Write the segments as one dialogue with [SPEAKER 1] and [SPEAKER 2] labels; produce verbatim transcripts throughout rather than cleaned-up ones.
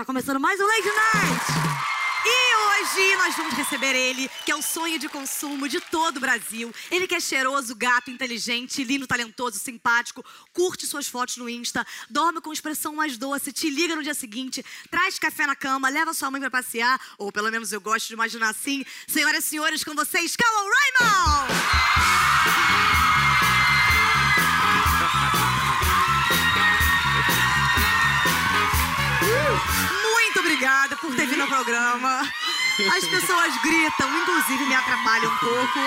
[SPEAKER 1] Tá começando mais um Lady Night! E hoje nós vamos receber ele, que é o sonho de consumo de todo o Brasil. Ele que é cheiroso, gato, inteligente, lindo, talentoso, simpático, curte suas fotos no Insta, dorme com expressão mais doce, te liga no dia seguinte, traz café na cama, leva sua mãe pra passear, ou pelo menos eu gosto de imaginar assim. Senhoras e senhores, com vocês, Cauã Raymond! Muito obrigada por ter vindo ao programa. As pessoas gritam, inclusive me atrapalham um pouco.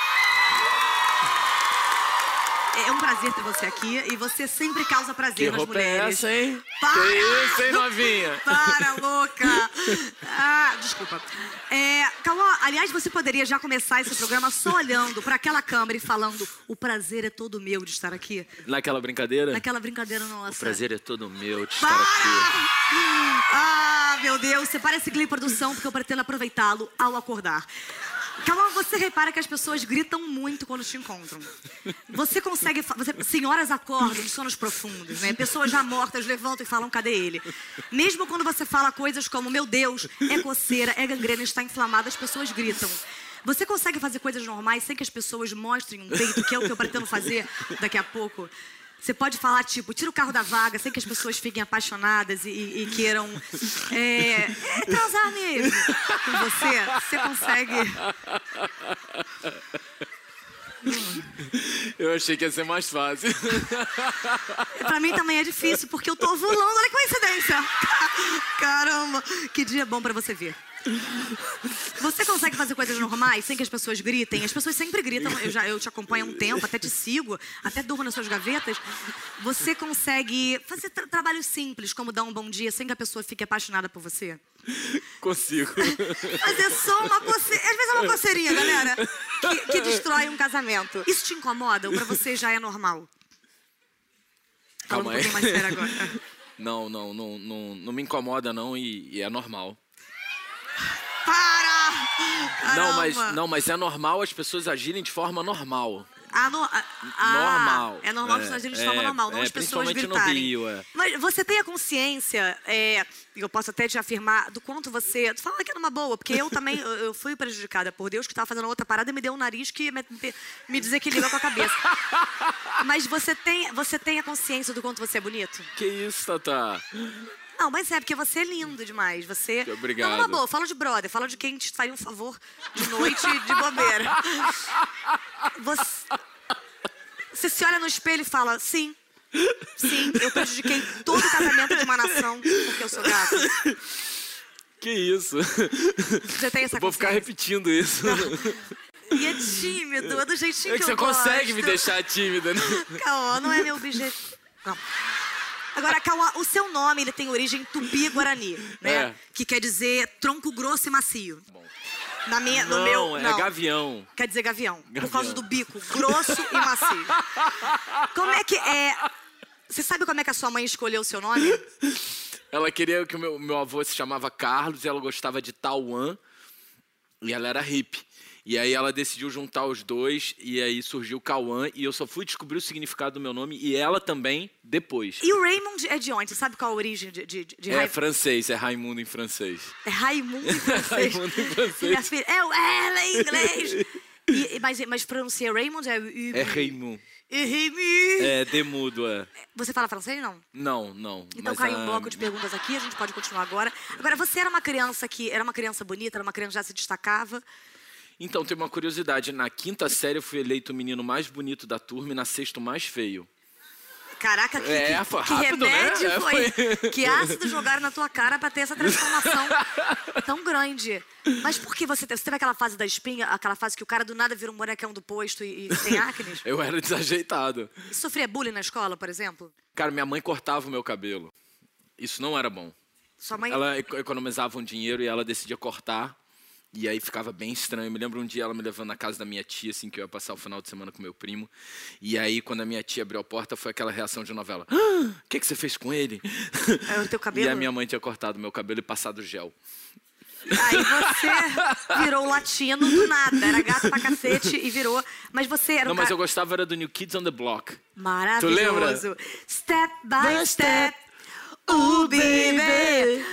[SPEAKER 1] É um prazer ter você aqui e você sempre causa prazer
[SPEAKER 2] que
[SPEAKER 1] nas
[SPEAKER 2] roupa
[SPEAKER 1] mulheres.
[SPEAKER 2] É essa, hein?
[SPEAKER 1] Para!
[SPEAKER 2] Que isso, hein, novinha?
[SPEAKER 1] Para, louca! Ah, desculpa. É, Cauã, aliás, você poderia já começar esse programa só olhando para aquela câmera e falando: o prazer é todo meu de estar aqui.
[SPEAKER 2] Naquela brincadeira?
[SPEAKER 1] Naquela brincadeira nossa.
[SPEAKER 2] O prazer é todo meu de
[SPEAKER 1] Para!
[SPEAKER 2] estar aqui.
[SPEAKER 1] Ah, meu Deus, separa esse clipe produção porque eu pretendo aproveitá-lo ao acordar. Cauã, você repara que as pessoas gritam muito quando te encontram. Você consegue... Você, senhoras acordam de sonos profundos, né? Pessoas já mortas levantam e falam, cadê ele? Mesmo quando você fala coisas como, meu Deus, é coceira, é gangrena, está inflamada, as pessoas gritam. Você consegue fazer coisas normais sem que as pessoas mostrem um peito, que é o que eu pretendo fazer daqui a pouco? Você pode falar, tipo, tira o carro da vaga sem que as pessoas fiquem apaixonadas e, e, e queiram é, é, transar mesmo com você. Você consegue...
[SPEAKER 2] Eu achei que ia ser mais fácil.
[SPEAKER 1] Pra mim também é difícil, porque eu tô ovulando. Olha que coincidência. Caramba, que dia bom pra você ver. Você consegue fazer coisas normais sem que as pessoas gritem? As pessoas sempre gritam. Eu, já, eu te acompanho há um tempo, até te sigo, até durmo nas suas gavetas. Você consegue fazer tra trabalhos simples, como dar um bom dia, sem que a pessoa fique apaixonada por você?
[SPEAKER 2] Consigo.
[SPEAKER 1] Fazer só uma coceirinha. Às vezes é uma coceirinha, galera, que, que destrói um casamento. Isso te incomoda ou pra você já é normal? Falando
[SPEAKER 2] Calma
[SPEAKER 1] um
[SPEAKER 2] aí.
[SPEAKER 1] pouquinho mais sério agora.
[SPEAKER 2] Não, não, não, não, não me incomoda não e, e é normal.
[SPEAKER 1] Para!
[SPEAKER 2] Não mas, não, mas é normal as pessoas agirem de forma normal.
[SPEAKER 1] Ah, no, ah,
[SPEAKER 2] normal.
[SPEAKER 1] É normal
[SPEAKER 2] é,
[SPEAKER 1] as pessoas agirem de
[SPEAKER 2] é,
[SPEAKER 1] forma normal, não
[SPEAKER 2] é,
[SPEAKER 1] as pessoas
[SPEAKER 2] principalmente
[SPEAKER 1] gritarem.
[SPEAKER 2] no Rio, é.
[SPEAKER 1] Mas você tem a consciência, é, eu posso até te afirmar, do quanto você... Fala aqui numa boa, porque eu também eu, eu fui prejudicada por Deus, que estava fazendo outra parada e me deu um nariz que me, me desequilibra com a cabeça. Mas você tem, você tem a consciência do quanto você é bonito?
[SPEAKER 2] Que isso, Tatá?
[SPEAKER 1] Não, mas é porque você é lindo demais. Você...
[SPEAKER 2] Obrigado.
[SPEAKER 1] Não, numa boa, fala de brother, fala de quem te faria um favor de noite de bobeira. Você... Você se olha no espelho e fala, sim, sim, eu prejudiquei todo o casamento de uma nação porque eu sou gato.
[SPEAKER 2] Que isso?
[SPEAKER 1] Você tem essa
[SPEAKER 2] eu vou ficar repetindo isso.
[SPEAKER 1] E é tímido, é do jeitinho
[SPEAKER 2] é que,
[SPEAKER 1] que eu
[SPEAKER 2] você
[SPEAKER 1] gosto.
[SPEAKER 2] consegue me deixar tímida, né?
[SPEAKER 1] Cauã, não é meu objetivo. Não. Agora, Cauã, o seu nome ele tem origem tupi-guarani, né?
[SPEAKER 2] É.
[SPEAKER 1] Que quer dizer tronco grosso e macio.
[SPEAKER 2] Bom.
[SPEAKER 1] Na minha, no
[SPEAKER 2] não,
[SPEAKER 1] meu,
[SPEAKER 2] é
[SPEAKER 1] não,
[SPEAKER 2] gavião.
[SPEAKER 1] Quer dizer gavião,
[SPEAKER 2] gavião,
[SPEAKER 1] por causa do bico grosso e macio. Como é que é... Você sabe como é que a sua mãe escolheu o seu nome?
[SPEAKER 2] Ela queria que o meu, meu avô se chamava Carlos e ela gostava de Tauã e ela era hippie. E aí ela decidiu juntar os dois e aí surgiu o Cauã e eu só fui descobrir o significado do meu nome e ela também depois.
[SPEAKER 1] E o Raymond é de onde? Você sabe qual a origem de, de, de
[SPEAKER 2] É
[SPEAKER 1] Ra...
[SPEAKER 2] francês, é Raimundo em francês.
[SPEAKER 1] É Raimundo em francês.
[SPEAKER 2] Raimundo em francês.
[SPEAKER 1] E minhas filhas, é o ela em inglês. E, mas, mas pronuncia Raymond? É,
[SPEAKER 2] É Raymond.
[SPEAKER 1] É Raymond.
[SPEAKER 2] É demudo, é.
[SPEAKER 1] Você fala francês, não?
[SPEAKER 2] Não, não.
[SPEAKER 1] Então
[SPEAKER 2] mas
[SPEAKER 1] caiu
[SPEAKER 2] a...
[SPEAKER 1] um bloco de perguntas aqui, a gente pode continuar agora. Agora, você era uma criança que... Era uma criança bonita, era uma criança que já se destacava.
[SPEAKER 2] Então, tem uma curiosidade. Na quinta série eu fui eleito o menino mais bonito da turma e na sexta o mais feio.
[SPEAKER 1] Caraca, que,
[SPEAKER 2] é,
[SPEAKER 1] que,
[SPEAKER 2] foi
[SPEAKER 1] que
[SPEAKER 2] rápido,
[SPEAKER 1] remédio
[SPEAKER 2] né?
[SPEAKER 1] foi?
[SPEAKER 2] foi?
[SPEAKER 1] Que ácido jogaram na tua cara pra ter essa transformação tão grande. Mas por que você teve? Você teve aquela fase da espinha, aquela fase que o cara do nada vira um bonecão do posto e, e tem acne?
[SPEAKER 2] Eu era desajeitado.
[SPEAKER 1] E sofria bullying na escola, por exemplo?
[SPEAKER 2] Cara, minha mãe cortava o meu cabelo. Isso não era bom.
[SPEAKER 1] Sua mãe...
[SPEAKER 2] Ela economizava um dinheiro e ela decidia cortar. E aí ficava bem estranho. Eu me lembro um dia ela me levando na casa da minha tia, assim, que eu ia passar o final de semana com meu primo. E aí, quando a minha tia abriu a porta, foi aquela reação de novela. O ah, que, que você fez com ele?
[SPEAKER 1] É o teu cabelo?
[SPEAKER 2] E a minha mãe tinha cortado meu cabelo e passado gel.
[SPEAKER 1] Aí você virou latino do nada. Era gato pra cacete e virou... Mas você era
[SPEAKER 2] Não,
[SPEAKER 1] um
[SPEAKER 2] mas
[SPEAKER 1] cara...
[SPEAKER 2] eu gostava era do New Kids on the Block.
[SPEAKER 1] Maravilhoso.
[SPEAKER 2] Tu lembra?
[SPEAKER 1] Step by step. Uh, baby.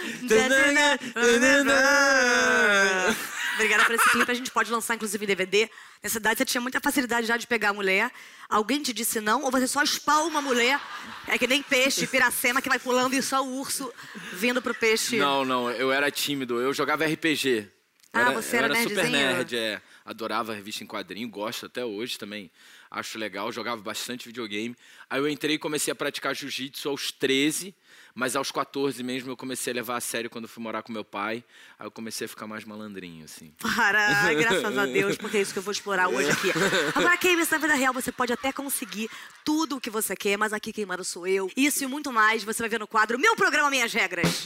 [SPEAKER 1] Obrigada por esse clipe. A gente pode lançar, inclusive, em D V D. Nessa idade, você tinha muita facilidade já de pegar a mulher. Alguém te disse não, ou você só espalma a mulher. É que nem peixe, piracema, que vai pulando e só o urso vindo pro peixe.
[SPEAKER 2] Não, não. Eu era tímido. Eu jogava R P G.
[SPEAKER 1] Ah,
[SPEAKER 2] era,
[SPEAKER 1] você era,
[SPEAKER 2] eu era super
[SPEAKER 1] nerdzinho?
[SPEAKER 2] nerd, é. Adorava revista em quadrinho, gosto até hoje também. Acho legal, jogava bastante videogame. Aí eu entrei e comecei a praticar jiu-jitsu aos treze, mas aos quatorze mesmo eu comecei a levar a sério quando fui morar com meu pai. Aí eu comecei a ficar mais malandrinho, assim.
[SPEAKER 1] Para, graças a Deus, porque é isso que eu vou explorar hoje aqui. Agora, Camis, na vida real, você pode até conseguir tudo o que você quer, mas aqui quem manda sou eu. Isso e muito mais, você vai ver no quadro Meu Programa, Minhas Regras.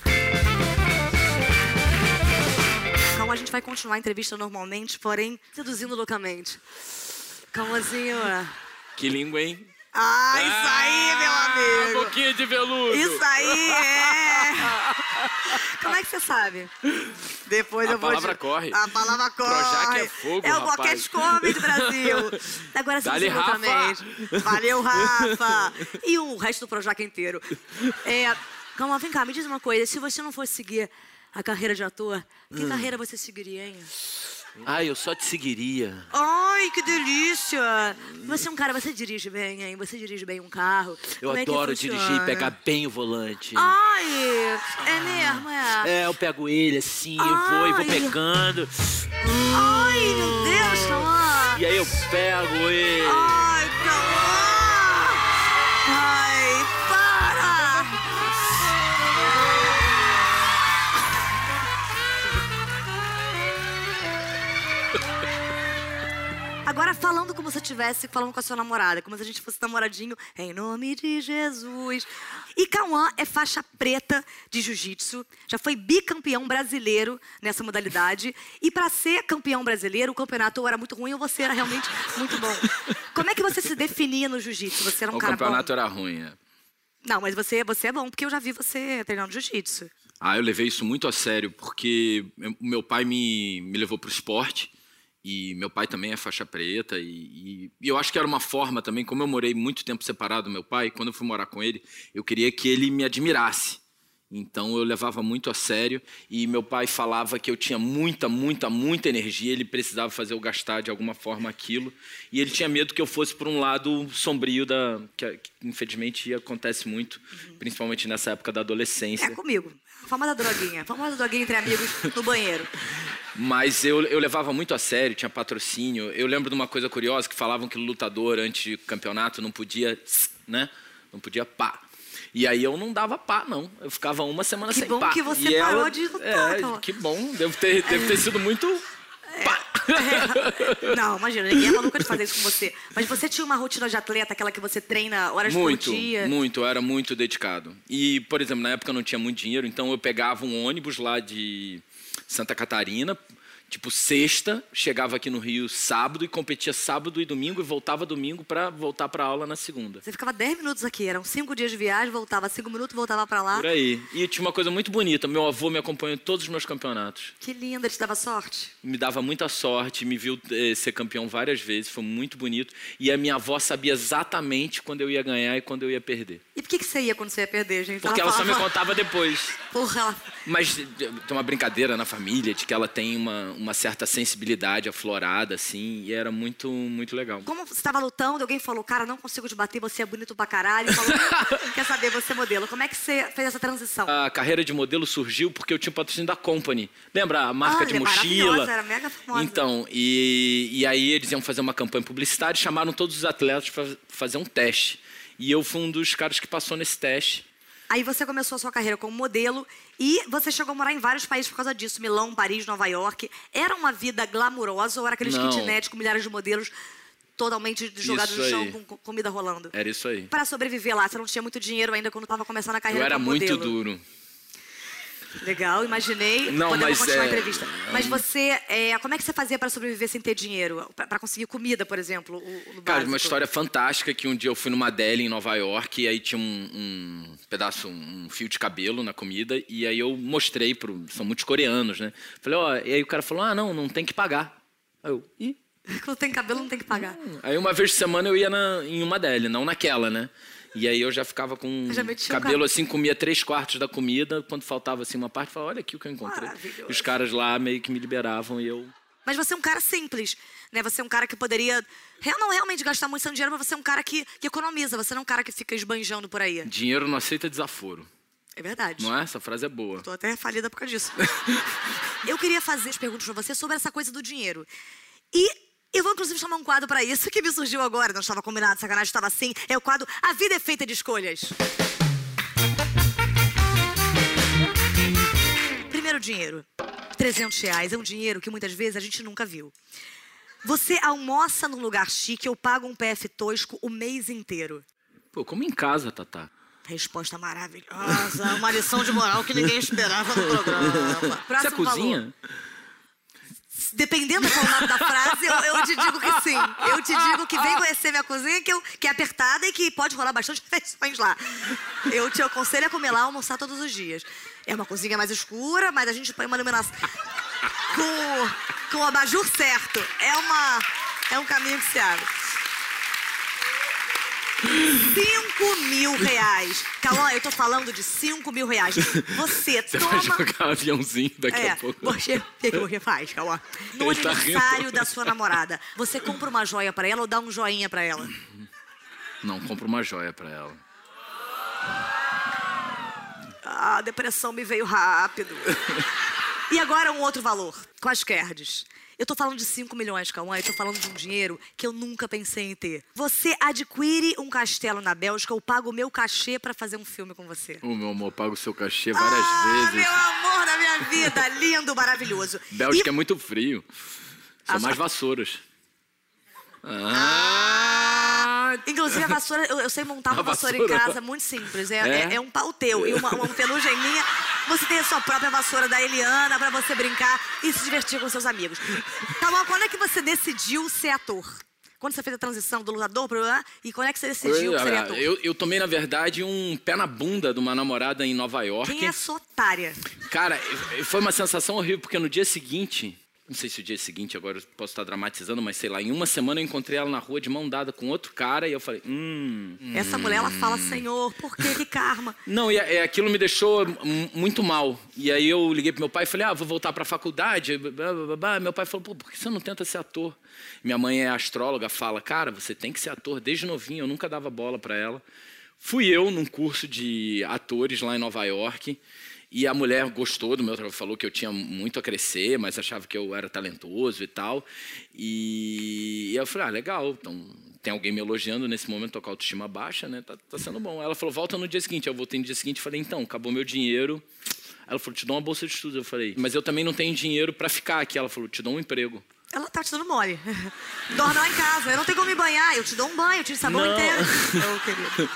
[SPEAKER 1] Calma, a gente vai continuar a entrevista normalmente, porém, seduzindo loucamente. Calmazinho.
[SPEAKER 2] Que língua, hein?
[SPEAKER 1] Ah, isso aí, meu amigo.
[SPEAKER 2] Boquinha de veludo.
[SPEAKER 1] Isso aí, é. Como é que você sabe? Depois
[SPEAKER 2] A
[SPEAKER 1] eu vou...
[SPEAKER 2] palavra corre.
[SPEAKER 1] A palavra corre.
[SPEAKER 2] Projac é fogo,
[SPEAKER 1] É o
[SPEAKER 2] rapaz.
[SPEAKER 1] Boquete Comedy do Brasil. Agora você
[SPEAKER 2] Dá-lhe, Rafa.
[SPEAKER 1] loucamente. Valeu, Rafa. E o resto do Projac inteiro. É, calma, vem cá, me diz uma coisa. Se você não fosse seguir a carreira de ator, que hum. carreira você seguiria, hein?
[SPEAKER 2] Ai, eu só te seguiria.
[SPEAKER 1] Ai, que delícia! Você é um cara, você dirige bem, hein? Você dirige bem um carro.
[SPEAKER 2] Eu
[SPEAKER 1] Como
[SPEAKER 2] adoro
[SPEAKER 1] é que
[SPEAKER 2] dirigir e pegar
[SPEAKER 1] funciona?
[SPEAKER 2] bem o volante.
[SPEAKER 1] Ai, é mesmo, é?
[SPEAKER 2] É, eu pego ele assim, eu vou e vou
[SPEAKER 1] Ai.
[SPEAKER 2] pegando.
[SPEAKER 1] Ai, meu Deus, Cauã!
[SPEAKER 2] E aí eu pego ele.
[SPEAKER 1] Ai, Cauã! Ai, para! Agora falando como se estivesse falando com a sua namorada, como se a gente fosse namoradinho, em nome de Jesus. E Cauã é faixa preta de jiu-jitsu, já foi bicampeão brasileiro nessa modalidade. E para ser campeão brasileiro, o campeonato ou era muito ruim ou você era realmente muito bom. Como é que você se definia no jiu-jitsu? Você era um
[SPEAKER 2] O
[SPEAKER 1] cara bom?
[SPEAKER 2] campeonato era ruim, é.
[SPEAKER 1] Não, mas você, você é bom, porque eu já vi você treinando jiu-jitsu.
[SPEAKER 2] Ah, eu levei isso muito a sério, porque o meu pai me, me levou pro esporte. E meu pai também é faixa preta. E, e, e eu acho que era uma forma também, como eu morei muito tempo separado do meu pai, quando eu fui morar com ele, eu queria que ele me admirasse. Então eu levava muito a sério. E meu pai falava que eu tinha muita, muita, muita energia. Ele precisava fazer eu gastar de alguma forma aquilo. E ele tinha medo que eu fosse por um lado sombrio, da, que, que infelizmente acontece muito, uhum. principalmente nessa época da adolescência.
[SPEAKER 1] É comigo. A famosa droguinha. A famosa droguinha entre amigos no banheiro.
[SPEAKER 2] Mas eu, eu levava muito a sério, tinha patrocínio. Eu lembro de uma coisa curiosa, que falavam que o lutador, antes do campeonato, não podia, né? Não podia pá. E aí eu não dava pá, não. Eu ficava uma semana
[SPEAKER 1] que
[SPEAKER 2] sem
[SPEAKER 1] bom
[SPEAKER 2] pá.
[SPEAKER 1] Que você
[SPEAKER 2] e
[SPEAKER 1] parou
[SPEAKER 2] ela,
[SPEAKER 1] de lutar.
[SPEAKER 2] É,
[SPEAKER 1] Então.
[SPEAKER 2] que bom. Deve ter, deve ter sido muito pá.
[SPEAKER 1] É. Não, imagina, ninguém é maluca de fazer isso com você. Mas você tinha uma rotina de atleta, aquela que você treina horas
[SPEAKER 2] muito,
[SPEAKER 1] por dia?
[SPEAKER 2] Muito, muito. Eu era muito dedicado. E, por exemplo, na época eu não tinha muito dinheiro, então eu pegava um ônibus lá de Santa Catarina, tipo sexta, chegava aqui no Rio sábado e competia sábado e domingo e voltava domingo para voltar para aula na segunda.
[SPEAKER 1] Você ficava dez minutos aqui, eram cinco dias de viagem, voltava cinco minutos, voltava para lá.
[SPEAKER 2] Por aí. E tinha uma coisa muito bonita, meu avô me acompanhou em todos os meus campeonatos.
[SPEAKER 1] Que lindo, ele te dava sorte?
[SPEAKER 2] Me dava muita sorte, me viu eh, ser campeão várias vezes, foi muito bonito. E a minha avó sabia exatamente quando eu ia ganhar e quando eu ia perder.
[SPEAKER 1] E por que, que você ia quando você ia perder, gente?
[SPEAKER 2] Porque ela, ela falava... só me contava depois.
[SPEAKER 1] Porra, ela...
[SPEAKER 2] Mas tem uma brincadeira na família de que ela tem uma, uma certa sensibilidade aflorada, assim, e era muito, muito legal.
[SPEAKER 1] Como você estava lutando, alguém falou, cara, não consigo te bater, você é bonito pra caralho, e falou, quer saber, você é modelo. Como é que você fez essa transição?
[SPEAKER 2] A carreira de modelo surgiu porque eu tinha patrocínio da Company. Lembra a marca
[SPEAKER 1] ah,
[SPEAKER 2] de
[SPEAKER 1] é
[SPEAKER 2] mochila?
[SPEAKER 1] Era mega famosa.
[SPEAKER 2] Então, e, e aí eles iam fazer uma campanha publicitária, chamaram todos os atletas para fazer um teste. E eu fui um dos caras que passou nesse teste.
[SPEAKER 1] Aí você começou a sua carreira como modelo e você chegou a morar em vários países por causa disso. Milão, Paris, Nova York. Era uma vida glamurosa ou era aqueles kitnet com milhares de modelos totalmente jogados no chão com comida rolando?
[SPEAKER 2] Era isso aí.
[SPEAKER 1] Para sobreviver lá, você não tinha muito dinheiro ainda quando estava começando a carreira
[SPEAKER 2] eu
[SPEAKER 1] como modelo.
[SPEAKER 2] Eu era muito duro.
[SPEAKER 1] Legal, imaginei.
[SPEAKER 2] Não,
[SPEAKER 1] Podemos
[SPEAKER 2] mas
[SPEAKER 1] continuar
[SPEAKER 2] é...
[SPEAKER 1] a entrevista. Mas você, é, como é que você fazia para sobreviver sem ter dinheiro? Para conseguir comida, por exemplo, o, o
[SPEAKER 2] Cara, uma história fantástica que um dia eu fui numa deli em Nova York e aí tinha um, um pedaço, um fio de cabelo na comida e aí eu mostrei pro... São muitos coreanos, né? Falei, ó, e aí o cara falou, ah, não, não tem que pagar. Aí eu, ih?
[SPEAKER 1] Quando tem cabelo, não tem que pagar.
[SPEAKER 2] Aí uma vez por semana eu ia na, em uma deli, não naquela, né? E aí eu já ficava com
[SPEAKER 1] já meti o
[SPEAKER 2] cabelo
[SPEAKER 1] cabelo.
[SPEAKER 2] assim, comia três quartos da comida. Quando faltava assim uma parte, eu falava, olha aqui o que eu encontrei. E os caras lá meio que me liberavam e eu...
[SPEAKER 1] Mas você é um cara simples, né? Você é um cara que poderia real- não realmente gastar muito seu dinheiro, mas você é um cara que, que economiza. Você não é um cara que fica esbanjando por aí.
[SPEAKER 2] Dinheiro não aceita desaforo.
[SPEAKER 1] É verdade.
[SPEAKER 2] Não é? Essa frase é boa.
[SPEAKER 1] Tô até falida por causa disso. Eu queria fazer as perguntas pra você sobre essa coisa do dinheiro. E eu vou, inclusive, chamar um quadro pra isso que me surgiu agora. Não estava combinado, sacanagem, estava assim. É o quadro A Vida é Feita de Escolhas. Primeiro dinheiro. trezentos reais. É um dinheiro que muitas vezes a gente nunca viu. Você almoça num lugar chique ou paga um P F tosco o mês inteiro?
[SPEAKER 2] Pô, como em casa, Tatá.
[SPEAKER 1] Resposta maravilhosa. Uma lição de moral que ninguém esperava no programa. Próximo
[SPEAKER 2] Você cozinha?
[SPEAKER 1] valor. Dependendo do formato da frase, eu, eu te digo que sim. Eu te digo que vem conhecer minha cozinha, que, eu, que é apertada e que pode rolar bastante refeições lá. Eu te aconselho a comer lá, almoçar todos os dias. É uma cozinha mais escura, mas a gente põe uma iluminação com, com o abajur certo. É, uma, é um caminho que se abre. Cinco mil reais. Cauã, eu tô falando de cinco mil reais. Você,
[SPEAKER 2] Você
[SPEAKER 1] toma...
[SPEAKER 2] vai jogar aviãozinho daqui
[SPEAKER 1] É,
[SPEAKER 2] a pouco.
[SPEAKER 1] você, o que, que você faz, Cauã? No
[SPEAKER 2] Ele tá
[SPEAKER 1] aniversário
[SPEAKER 2] rindo.
[SPEAKER 1] da sua namorada, você compra uma joia pra ela ou dá um joinha pra ela?
[SPEAKER 2] Não, compra uma joia pra ela.
[SPEAKER 1] Ah, a depressão me veio rápido. E agora um outro valor. Quaisquerdes. Eu tô falando de cinco milhões, Cauã. Eu tô falando de um dinheiro que eu nunca pensei em ter. Você adquire um castelo na Bélgica ou paga o meu cachê pra fazer um filme com você?
[SPEAKER 2] Ô, meu amor, pago o seu cachê várias
[SPEAKER 1] ah,
[SPEAKER 2] vezes.
[SPEAKER 1] meu amor da minha vida. Lindo, maravilhoso.
[SPEAKER 2] Bélgica
[SPEAKER 1] E-
[SPEAKER 2] é muito frio. São
[SPEAKER 1] Ah,
[SPEAKER 2] mais
[SPEAKER 1] só-
[SPEAKER 2] vassouras.
[SPEAKER 1] Ah! Inclusive, a vassoura, eu, eu sei montar uma
[SPEAKER 2] A
[SPEAKER 1] vassoura,
[SPEAKER 2] vassoura.
[SPEAKER 1] em casa muito simples. É,
[SPEAKER 2] É?
[SPEAKER 1] é- é um pau teu e uma, uma penugem minha. Você tem a sua própria vassoura da Eliana pra você brincar e se divertir com seus amigos. Calma, quando é que você decidiu ser ator? Quando você fez a transição do lutador pro... E quando é que você decidiu que seria ator?
[SPEAKER 2] Eu, eu tomei, na verdade, um pé na bunda de uma namorada em Nova York.
[SPEAKER 1] Quem é essa otária?
[SPEAKER 2] Cara, foi uma sensação horrível, porque no dia seguinte... Não sei se o dia seguinte, agora eu posso estar dramatizando, mas sei lá, em uma semana eu encontrei ela na rua de mão dada com outro cara e eu falei, hum...
[SPEAKER 1] Essa mulher, ela fala, Senhor, por que que karma?
[SPEAKER 2] Não, e é, aquilo me deixou m- muito mal. E aí eu liguei pro meu pai e falei, ah, vou voltar pra faculdade. Blá, blá, blá, blá. Meu pai falou, pô, por que você não tenta ser ator? Minha mãe é astróloga, fala, cara, você tem que ser ator desde novinho. Eu nunca dava bola pra ela. Fui eu num curso de atores lá em Nova York. E a mulher gostou do meu trabalho, falou que eu tinha muito a crescer, mas achava que eu era talentoso e tal. E, e eu falei, ah, legal, então tem alguém me elogiando nesse momento, tô com a autoestima baixa, né? Tá, tá sendo bom. Ela falou, volta no dia seguinte. Eu voltei no dia seguinte e falei, então, acabou meu dinheiro. Ela falou, te dou uma bolsa de estudos. Eu falei, mas eu também não tenho dinheiro para ficar aqui. Ela falou, te dou um emprego.
[SPEAKER 1] Ela tá te dando mole. Dorme lá em casa. Eu não tenho como me banhar. Eu te dou um banho, eu te sabão
[SPEAKER 2] Não.
[SPEAKER 1] inteiro. Ô, querido.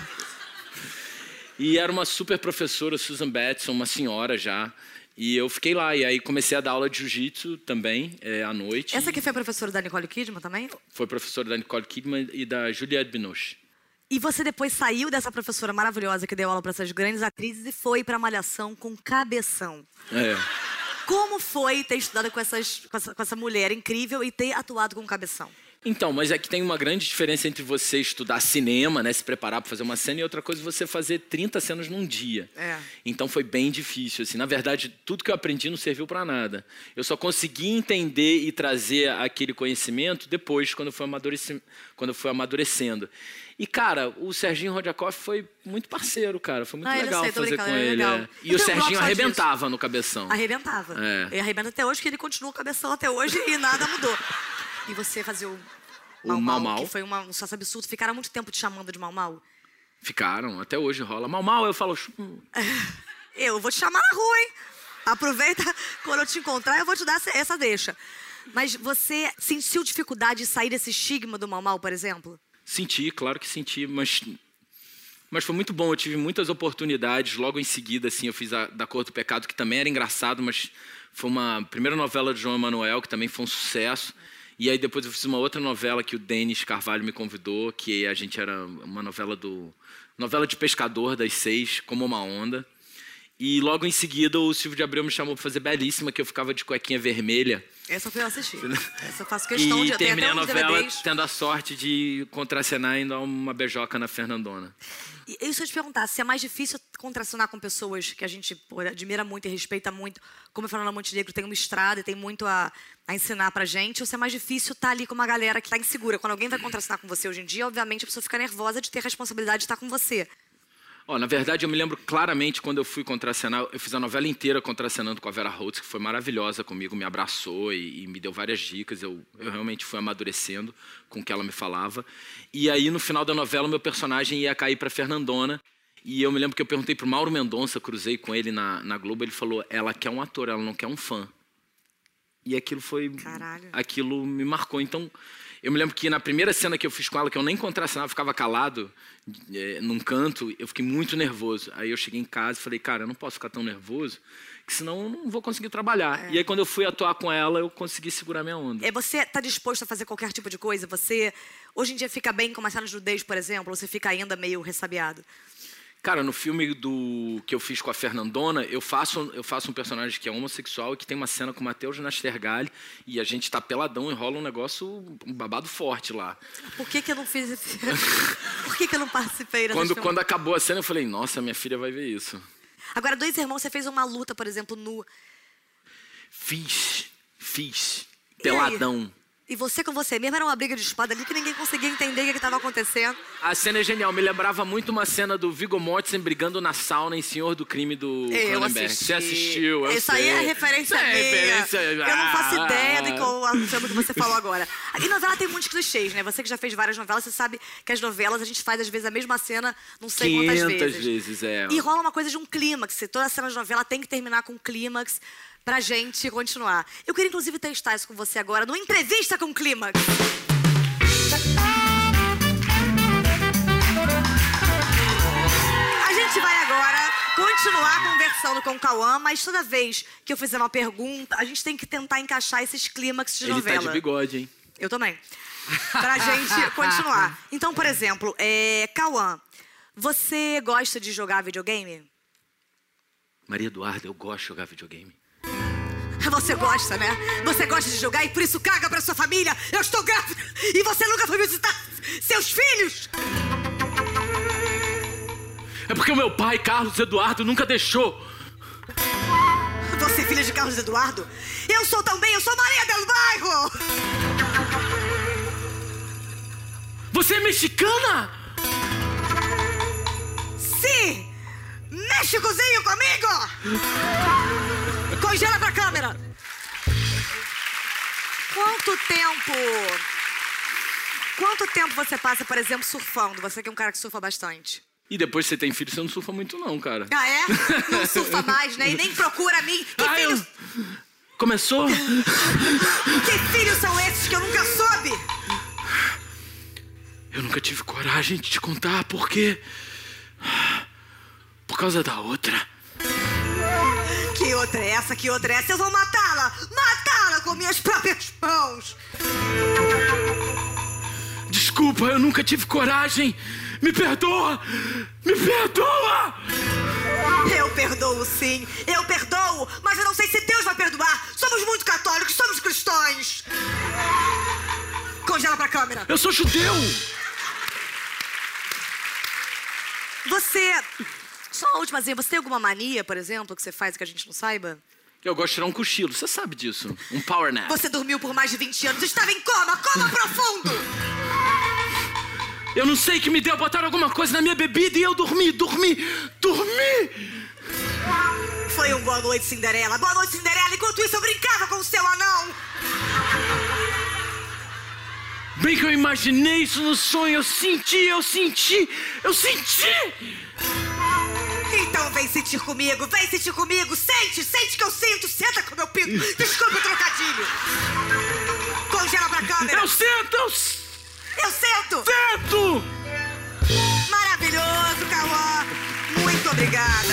[SPEAKER 2] E era uma super professora, Susan Batson, uma senhora já. E eu fiquei lá. E aí comecei a dar aula de jiu-jitsu também, é, à noite.
[SPEAKER 1] Essa aqui foi a professora da Nicole Kidman também?
[SPEAKER 2] Foi professora da Nicole Kidman e da Juliette Binoche.
[SPEAKER 1] E você depois saiu dessa professora maravilhosa que deu aula para essas grandes atrizes e foi pra Malhação com Cabeção.
[SPEAKER 2] É.
[SPEAKER 1] Como foi ter estudado com, essas, com, essa, com essa mulher incrível e ter atuado com Cabeção?
[SPEAKER 2] Então, mas é que tem uma grande diferença entre você estudar cinema, né, se preparar para fazer uma cena, e outra coisa você fazer trinta cenas num dia.
[SPEAKER 1] É.
[SPEAKER 2] Então foi bem difícil, assim. Na verdade, tudo que eu aprendi não serviu para nada. Eu só consegui entender e trazer aquele conhecimento depois, quando eu fui amadurecendo. Quando eu fui amadurecendo. E, cara, o Serginho Rodjakov foi muito parceiro, cara. Foi muito
[SPEAKER 1] Ah, eu
[SPEAKER 2] legal
[SPEAKER 1] sei, tô
[SPEAKER 2] fazer
[SPEAKER 1] brincando,
[SPEAKER 2] com
[SPEAKER 1] é
[SPEAKER 2] ele.
[SPEAKER 1] legal.
[SPEAKER 2] é.
[SPEAKER 1] Eu
[SPEAKER 2] E
[SPEAKER 1] tenho
[SPEAKER 2] o
[SPEAKER 1] um bloco
[SPEAKER 2] Serginho
[SPEAKER 1] só
[SPEAKER 2] arrebentava no Cabeção.
[SPEAKER 1] Arrebentava.
[SPEAKER 2] É.
[SPEAKER 1] E arrebenta até hoje, que ele continua Cabeção até hoje e nada mudou. E você fazia o
[SPEAKER 2] O
[SPEAKER 1] Mau Mau,
[SPEAKER 2] Mau Mau.
[SPEAKER 1] que foi uma, um sucesso absurdo. Ficaram muito tempo te chamando de Mau Mau.
[SPEAKER 2] Ficaram, até hoje rola. Mal, mal, eu falo... "Hum,
[SPEAKER 1] Eu vou te chamar na rua, hein? Aproveita, quando eu te encontrar, eu vou te dar essa- essa deixa. Mas você sentiu dificuldade de sair desse estigma do Mau Mau, por exemplo?
[SPEAKER 2] Senti, claro que senti, mas, mas foi muito bom. Eu tive muitas oportunidades. Logo em seguida, assim, eu fiz a Da Cor do Pecado, que também era engraçado, mas foi uma primeira novela de João Emanuel, que também foi um sucesso. E aí depois eu fiz uma outra novela que o Denis Carvalho me convidou, que a gente era uma novela do novela de pescador das seis, Como uma Onda. E logo em seguida o Silvio de Abreu me chamou pra fazer Belíssima, que eu ficava de cuequinha vermelha.
[SPEAKER 1] Essa foi eu assistir. Essa eu faço questão
[SPEAKER 2] e
[SPEAKER 1] de...
[SPEAKER 2] E terminei a novela
[SPEAKER 1] D V Ds.
[SPEAKER 2] tendo a sorte de contracenar e dar uma beijoca na Fernandona.
[SPEAKER 1] E isso eu ia te perguntar, se é mais difícil contracenar com pessoas que a gente pô, admira muito e respeita muito, como a Fernanda Montenegro tem uma estrada e tem muito a, a ensinar pra gente, ou se é mais difícil estar ali com uma galera que tá insegura. Quando alguém vai contracenar com você hoje em dia, obviamente a pessoa fica nervosa de ter a responsabilidade de estar com você.
[SPEAKER 2] Oh, na verdade, eu me lembro claramente quando eu fui contracenar, eu fiz a novela inteira contracenando com a Vera Holtz, que foi maravilhosa comigo, me abraçou e, e me deu várias dicas. Eu, eu realmente fui amadurecendo com o que ela me falava. E aí, no final da novela, o meu personagem ia cair para Fernandona. E eu me lembro que eu perguntei pro Mauro Mendonça, cruzei com ele na, na Globo, ele falou, ela quer um ator, ela não quer um fã. E aquilo foi...
[SPEAKER 1] Caralho.
[SPEAKER 2] Aquilo me marcou. Então, eu me lembro que na primeira cena que eu fiz com ela, que eu nem contracenava, ficava calado, é, num canto, eu fiquei muito nervoso. Aí eu cheguei em casa e falei, cara, eu não posso ficar tão nervoso, que senão eu não vou conseguir trabalhar. É. E aí, quando eu fui atuar com ela, eu consegui segurar minha onda.
[SPEAKER 1] É, você tá disposto a fazer qualquer tipo de coisa? Você, hoje em dia, fica bem com uma cena de nudez, por exemplo, ou você fica ainda meio ressabiado?
[SPEAKER 2] Cara, no filme do que eu fiz com a Fernandona, eu faço, eu faço um personagem que é homossexual e que tem uma cena com o Matheus Nastergalli e a gente tá peladão e rola um negócio, um babado forte lá.
[SPEAKER 1] Por que que eu não fiz esse... Por que que eu não participei dessa
[SPEAKER 2] quando, quando acabou a cena, eu falei, nossa, minha filha vai ver isso.
[SPEAKER 1] Agora, Dois Irmãos, você fez uma luta, por exemplo, nu.
[SPEAKER 2] Fiz, fiz. Peladão.
[SPEAKER 1] E você com você mesmo, era uma briga de espada ali que ninguém conseguia entender o que estava acontecendo.
[SPEAKER 2] A cena é genial. Me lembrava muito uma cena do Viggo Mortensen brigando na sauna em Senhor do Crime do Cronenberg. Você assistiu, eu
[SPEAKER 1] Isso
[SPEAKER 2] sei.
[SPEAKER 1] aí é referência
[SPEAKER 2] é
[SPEAKER 1] minha.
[SPEAKER 2] Referência...
[SPEAKER 1] Eu não faço ideia do que, eu, do que você falou agora. E novela tem muitos clichês, né? Você que já fez várias novelas, você sabe que as novelas a gente faz, às vezes, a mesma cena não sei quantas vezes.
[SPEAKER 2] vezes, é.
[SPEAKER 1] E rola uma coisa de um clímax. Toda cena de novela tem que terminar com um clímax pra gente continuar. Eu queria, inclusive, testar isso com você agora, no Entrevista com Clímax. A gente vai agora continuar conversando com o Cauã, mas toda vez que eu fizer uma pergunta, a gente tem que tentar encaixar esses clímax de
[SPEAKER 2] Ele
[SPEAKER 1] novela.
[SPEAKER 2] Ele tá de bigode, hein?
[SPEAKER 1] Eu também. Pra gente continuar. Então, por exemplo, é... Cauã, você gosta de jogar videogame?
[SPEAKER 2] Maria Eduarda, eu gosto de jogar videogame.
[SPEAKER 1] Você gosta, né? Você gosta de jogar e por isso caga pra sua família. Eu estou grávida e você nunca foi visitar seus filhos.
[SPEAKER 2] É porque o meu pai, Carlos Eduardo, nunca deixou.
[SPEAKER 1] Você é filha de Carlos Eduardo? Eu sou também, eu sou Maria del Bairro.
[SPEAKER 2] Você é mexicana?
[SPEAKER 1] Sim! Méxicozinho comigo! Congela pra câmera! Quanto tempo... Quanto tempo você passa, por exemplo, surfando? Você que é um cara que surfa bastante.
[SPEAKER 2] E depois que você tem filho, você não surfa muito não, cara.
[SPEAKER 1] Ah, é? Não surfa mais, né? E nem procura a mim. Que
[SPEAKER 2] ah,
[SPEAKER 1] filhos...
[SPEAKER 2] eu... Começou?
[SPEAKER 1] Que filhos são esses que eu nunca soube?
[SPEAKER 2] Eu nunca tive coragem de te contar, porque... Por causa da outra.
[SPEAKER 1] Que outra é essa? Que outra é essa? Eu vou matá-la! Matá-la com minhas próprias mãos!
[SPEAKER 2] Desculpa, eu nunca tive coragem. Me perdoa! Me perdoa!
[SPEAKER 1] Eu perdoo, sim. Eu perdoo, mas eu não sei se Deus vai perdoar. Somos muito católicos, somos cristãos. Congela pra câmera.
[SPEAKER 2] Eu sou judeu.
[SPEAKER 1] Você... Só uma últimazinha. Você tem alguma mania, por exemplo, que você faz que a gente não saiba?
[SPEAKER 2] Eu gosto de tirar um cochilo. Você sabe disso. Um power nap.
[SPEAKER 1] Você dormiu por mais de vinte anos. Estava em coma. Coma profundo.
[SPEAKER 2] Eu não sei que me deu. Botaram alguma coisa na minha bebida e eu dormi, dormi, dormi.
[SPEAKER 1] Foi um boa noite, Cinderela. Boa noite, Cinderela. Enquanto isso, eu brincava com o seu anão.
[SPEAKER 2] Bem que eu imaginei isso no sonho. Eu senti, eu senti, eu senti.
[SPEAKER 1] Então vem sentir comigo, vem sentir comigo. Sente, sente que eu sinto. Senta com meu pinto. Desculpa o trocadilho. Congela pra câmera.
[SPEAKER 2] Eu sento, eu...
[SPEAKER 1] Eu sento.
[SPEAKER 2] Sento.
[SPEAKER 1] Maravilhoso, Cauã. Muito obrigada.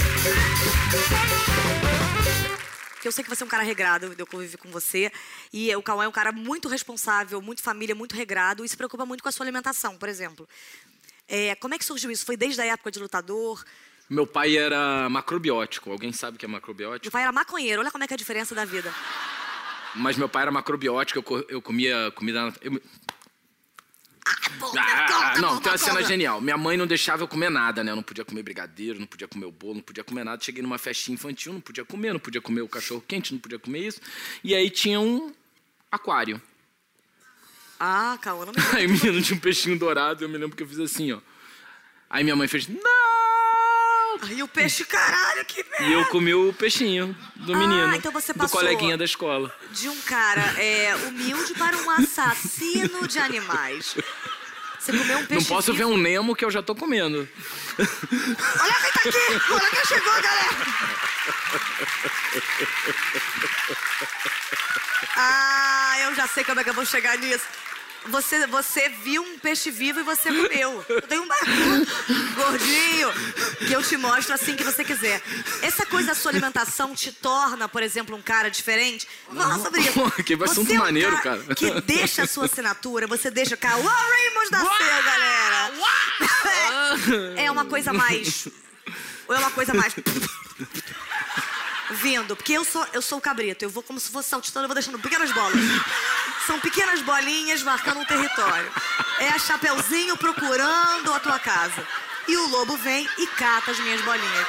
[SPEAKER 1] Eu sei que você é um cara regrado, eu convivi com você. E o Cauã é um cara muito responsável, muito família, muito regrado. E se preocupa muito com a sua alimentação, por exemplo. É, como é que surgiu isso? Foi desde a época de lutador?
[SPEAKER 2] Meu pai era macrobiótico. Alguém sabe o que é macrobiótico?
[SPEAKER 1] Meu pai era maconheiro. Olha como é que é a diferença da vida.
[SPEAKER 2] Mas meu pai era macrobiótico, eu, co- eu comia comida... Eu...
[SPEAKER 1] Ah, bom,
[SPEAKER 2] Ah,
[SPEAKER 1] conta,
[SPEAKER 2] não,
[SPEAKER 1] conta,
[SPEAKER 2] tem uma cena
[SPEAKER 1] conta.
[SPEAKER 2] genial. Minha mãe não deixava eu comer nada, né? Eu não podia comer brigadeiro, não podia comer o bolo, não podia comer nada. Cheguei numa festinha infantil, não podia comer, não podia comer o cachorro quente, não podia comer isso. E aí tinha um aquário.
[SPEAKER 1] Ah, Cauã, não me
[SPEAKER 2] Aí o menino tinha um peixinho dourado, eu me lembro que eu fiz assim, ó. Aí minha mãe fez, não!
[SPEAKER 1] Ai, o peixe, caralho, que merda.
[SPEAKER 2] E eu comi o peixinho do menino,
[SPEAKER 1] Ah, então você
[SPEAKER 2] do
[SPEAKER 1] passou
[SPEAKER 2] coleguinha da escola.
[SPEAKER 1] de um cara é, humilde para um assassino de animais. Você comeu um peixe
[SPEAKER 2] Não posso ver
[SPEAKER 1] vivo.
[SPEAKER 2] um Nemo que eu já tô comendo.
[SPEAKER 1] Olha quem tá aqui! Olha quem chegou, galera! Ah, eu já sei como é que eu vou chegar nisso. Você, você viu um peixe vivo e você comeu. Eu tenho um barulho gordinho que eu te mostro assim que você quiser. Essa coisa da sua alimentação te torna, por exemplo, um cara diferente? Vamos falar sobre isso.
[SPEAKER 2] Que assunto
[SPEAKER 1] Você é um
[SPEAKER 2] maneiro, cara.
[SPEAKER 1] Que deixa a sua assinatura, você deixa Cauã Raymond nascer, galera. É uma coisa mais... Ou é uma coisa mais... Vindo, porque eu sou, eu sou o cabrito, eu vou como se fosse saltitando, eu vou deixando pequenas bolas. São pequenas bolinhas marcando um território. É a Chapeuzinho procurando a tua casa. E o lobo vem e cata as minhas bolinhas.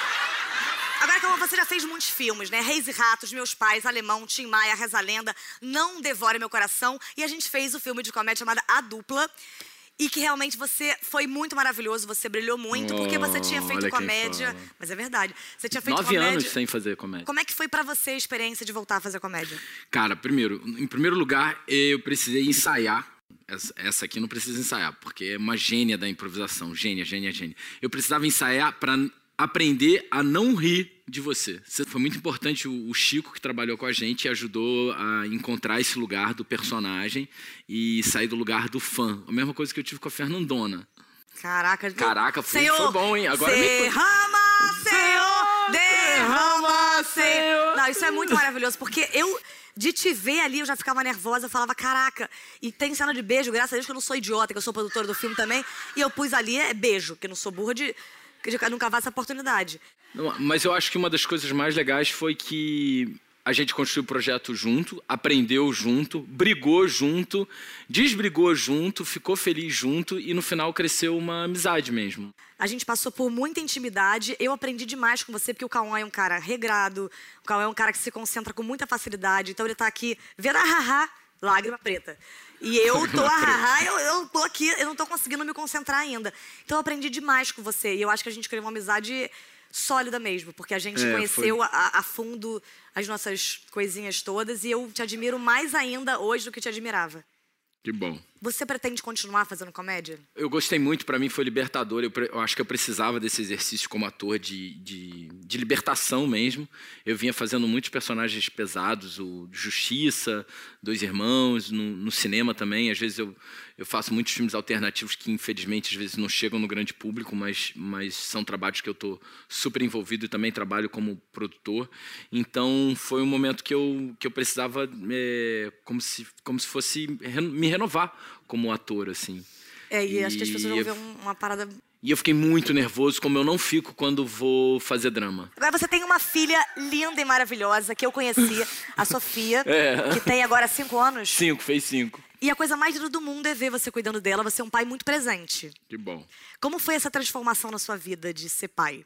[SPEAKER 1] Agora, como você já fez muitos filmes, né? Reis e Ratos, Meus Pais, Alemão, Tim Maia, Reza a Lenda, Não Devore Meu Coração. E a gente fez o filme de comédia chamado A Dupla. E que realmente você foi muito maravilhoso, você brilhou muito, porque você tinha
[SPEAKER 2] Oh,
[SPEAKER 1] feito
[SPEAKER 2] olha quem
[SPEAKER 1] comédia.
[SPEAKER 2] fala.
[SPEAKER 1] Mas é verdade. Você tinha feito
[SPEAKER 2] Nove
[SPEAKER 1] comédia.
[SPEAKER 2] anos sem fazer comédia.
[SPEAKER 1] Como é que foi pra você a experiência de voltar a fazer comédia?
[SPEAKER 2] Cara, primeiro, em primeiro lugar, eu precisei ensaiar. Essa, essa aqui não precisa ensaiar, porque é uma gênia da improvisação. Gênia, gênia, gênia. Eu precisava ensaiar para aprender a não rir de você. Foi muito importante o, o Chico, que trabalhou com a gente, e ajudou a encontrar esse lugar do personagem e sair do lugar do fã. A mesma coisa que eu tive com a Fernandona.
[SPEAKER 1] Caraca,
[SPEAKER 2] Caraca, foi,
[SPEAKER 1] Senhor,
[SPEAKER 2] foi bom, hein? Agora me...
[SPEAKER 1] derrama, Senhor, derrama, Senhor. Não, isso é muito maravilhoso, porque eu, de te ver ali, eu já ficava nervosa, eu falava, caraca, e tem cena de beijo, graças a Deus que eu não sou idiota, que eu sou produtora do filme também, e eu pus ali, é beijo, que eu não sou burra de, de nunca vá essa oportunidade.
[SPEAKER 2] Não, mas eu acho que uma das coisas mais legais foi que a gente construiu o projeto junto, aprendeu junto, brigou junto, desbrigou junto, ficou feliz junto e no final cresceu uma amizade mesmo.
[SPEAKER 1] A gente passou por muita intimidade, eu aprendi demais com você, porque o Cauã é um cara regrado, o Cauã é um cara que se concentra com muita facilidade, então ele tá aqui vendo a haha, lágrima preta. E eu tô a haha, eu, eu tô aqui, eu não tô conseguindo me concentrar ainda. Então eu aprendi demais com você e eu acho que a gente criou uma amizade sólida mesmo, porque a gente
[SPEAKER 2] É,
[SPEAKER 1] conheceu
[SPEAKER 2] foi.
[SPEAKER 1] a, a fundo as nossas coisinhas todas e eu te admiro mais ainda hoje do que te admirava.
[SPEAKER 2] Que bom.
[SPEAKER 1] Você pretende continuar fazendo comédia?
[SPEAKER 2] Eu gostei muito, pra mim foi libertador. Eu, pre- eu acho que eu precisava desse exercício como ator de, de, de libertação mesmo. Eu vinha fazendo muitos personagens pesados, o Justiça, Dois Irmãos, no, no cinema também. Às vezes eu, eu faço muitos filmes alternativos que, infelizmente, às vezes não chegam no grande público, mas, mas são trabalhos que eu estou super envolvido e também trabalho como produtor. Então, foi um momento que eu, que eu precisava, é, como, se, como se fosse re- me renovar como ator, assim.
[SPEAKER 1] É, e, acho que as pessoas vão
[SPEAKER 2] eu-
[SPEAKER 1] ver um- uma parada...
[SPEAKER 2] E eu fiquei muito nervoso, como eu não fico quando vou fazer drama.
[SPEAKER 1] Agora você tem uma filha linda e maravilhosa que eu conheci, a Sofia,
[SPEAKER 2] É.
[SPEAKER 1] que tem agora cinco anos.
[SPEAKER 2] Cinco, fez cinco.
[SPEAKER 1] E a coisa mais linda do mundo é ver você cuidando dela, você é um pai muito presente.
[SPEAKER 2] Que bom.
[SPEAKER 1] Como foi essa transformação na sua vida de ser pai?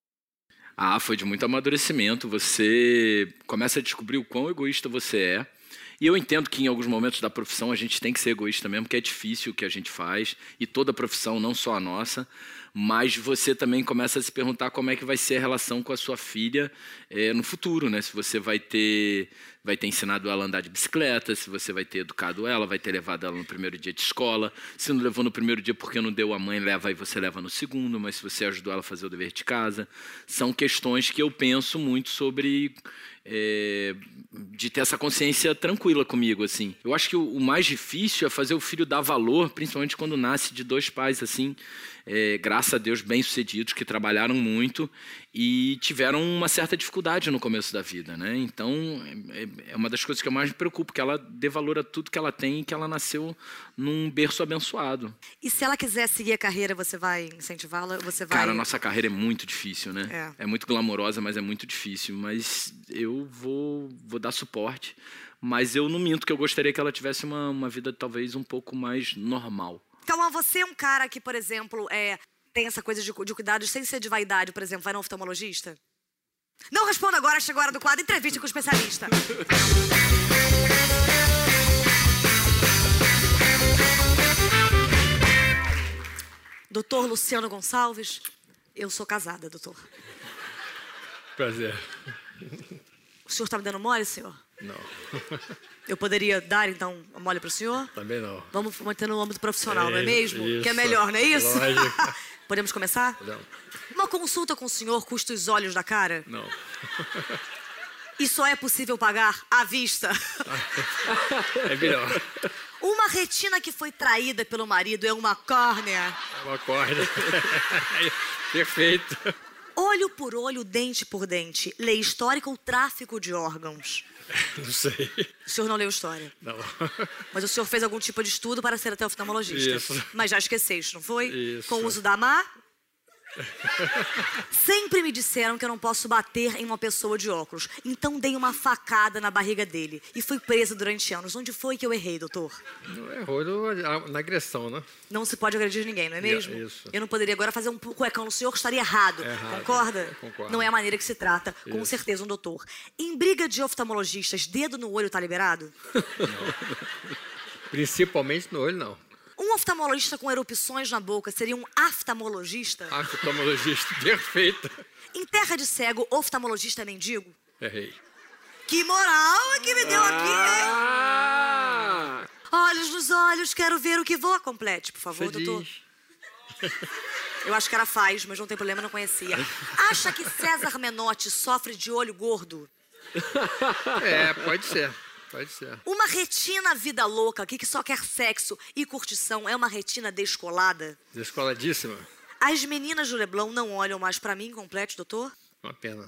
[SPEAKER 2] Ah, foi de muito amadurecimento. Você começa a descobrir o quão egoísta você é. E eu entendo que em alguns momentos da profissão a gente tem que ser egoísta mesmo, porque é difícil o que a gente faz, e toda a profissão, não só a nossa, mas você também começa a se perguntar como é que vai ser a relação com a sua filha eh, no futuro, né? Se você vai ter, vai ter ensinado ela a andar de bicicleta, se você vai ter educado ela, vai ter levado ela no primeiro dia de escola, se não levou no primeiro dia porque não deu a mãe, leva e você leva no segundo, mas se você ajudou ela a fazer o dever de casa. São questões que eu penso muito sobre é, de ter essa consciência tranquila comigo, assim. Eu acho que o, o mais difícil é fazer o filho dar valor, principalmente quando nasce de dois pais, assim, é, graças a Deus, bem-sucedidos, que trabalharam muito e tiveram uma certa dificuldade no começo da vida, né? Então, é, é uma das coisas que eu mais me preocupo, que ela dê valor a tudo que ela tem e que ela nasceu num berço abençoado.
[SPEAKER 1] E se ela quiser seguir a carreira, você vai incentivá-la? Você vai...
[SPEAKER 2] Cara, a nossa carreira é muito difícil, né?
[SPEAKER 1] É.
[SPEAKER 2] É muito glamourosa, mas é muito difícil. Mas eu vou, vou dar suporte. Mas eu não minto que eu gostaria que ela tivesse uma, uma vida talvez um pouco mais normal.
[SPEAKER 1] Então, você é um cara que, por exemplo, é, tem essa coisa de, de cuidados sem ser de vaidade, por exemplo, vai no oftalmologista? Não responda agora, chegou a hora do quadro Entrevista com o Especialista. Doutor Luciano Gonçalves, eu sou casada, doutor.
[SPEAKER 3] Prazer.
[SPEAKER 1] O senhor está me dando mole, senhor?
[SPEAKER 3] Não.
[SPEAKER 1] Eu poderia dar, então, a mole para o senhor?
[SPEAKER 3] Também não.
[SPEAKER 1] Vamos manter no âmbito profissional,
[SPEAKER 3] É,
[SPEAKER 1] não é mesmo?
[SPEAKER 3] isso.
[SPEAKER 1] Que é melhor, não é isso?
[SPEAKER 3] Lógico.
[SPEAKER 1] Podemos começar?
[SPEAKER 3] Não.
[SPEAKER 1] Uma consulta com o senhor custa os olhos da cara?
[SPEAKER 3] Não.
[SPEAKER 1] E só é possível pagar à vista?
[SPEAKER 3] É melhor.
[SPEAKER 1] Uma retina que foi traída pelo marido é uma córnea?
[SPEAKER 3] É uma corda. Perfeito.
[SPEAKER 1] Olho por olho, dente por dente. Lei histórica ou tráfico de órgãos?
[SPEAKER 3] Não sei.
[SPEAKER 1] O senhor não leu história.
[SPEAKER 3] Não.
[SPEAKER 1] Mas o senhor fez algum tipo de estudo para ser até oftalmologista.
[SPEAKER 3] Isso.
[SPEAKER 1] Mas já esqueceste, não foi?
[SPEAKER 3] Isso.
[SPEAKER 1] Com o uso da má? Sempre me disseram que eu não posso bater em uma pessoa de óculos. Então dei uma facada na barriga dele. E fui presa durante anos. Onde foi que eu errei, doutor?
[SPEAKER 3] Não errou no- na agressão, né?
[SPEAKER 1] Não se pode agredir ninguém, não é mesmo?
[SPEAKER 3] Isso.
[SPEAKER 1] Eu não poderia agora fazer um cuecão no senhor que estaria errado.
[SPEAKER 3] Errado.
[SPEAKER 1] Concorda?
[SPEAKER 3] Concordo.
[SPEAKER 1] Não é a maneira que se trata. Com
[SPEAKER 3] Isso.
[SPEAKER 1] certeza, um doutor. Em briga de oftalmologistas, dedo no olho tá liberado?
[SPEAKER 3] Principalmente no olho, não.
[SPEAKER 1] Um oftalmologista com erupções na boca seria um aftalmologista?
[SPEAKER 3] Oftalmologista, perfeito.
[SPEAKER 1] Em terra de cego, oftalmologista é mendigo?
[SPEAKER 3] Errei.
[SPEAKER 1] Que moral que me deu aqui, hein?
[SPEAKER 2] Ah!
[SPEAKER 1] Olhos nos olhos, quero ver o que voa. Complete, por favor,
[SPEAKER 3] Você
[SPEAKER 1] doutor.
[SPEAKER 3] diz.
[SPEAKER 1] Eu acho que era faz, mas não tem problema, não conhecia. Acha que César Menotti sofre de olho gordo?
[SPEAKER 3] É, pode ser. Pode ser.
[SPEAKER 1] Uma retina vida louca, aqui que só quer sexo e curtição, é uma retina descolada?
[SPEAKER 3] Descoladíssima.
[SPEAKER 1] As meninas do Leblon não olham mais pra mim, complete, doutor?
[SPEAKER 3] Uma pena.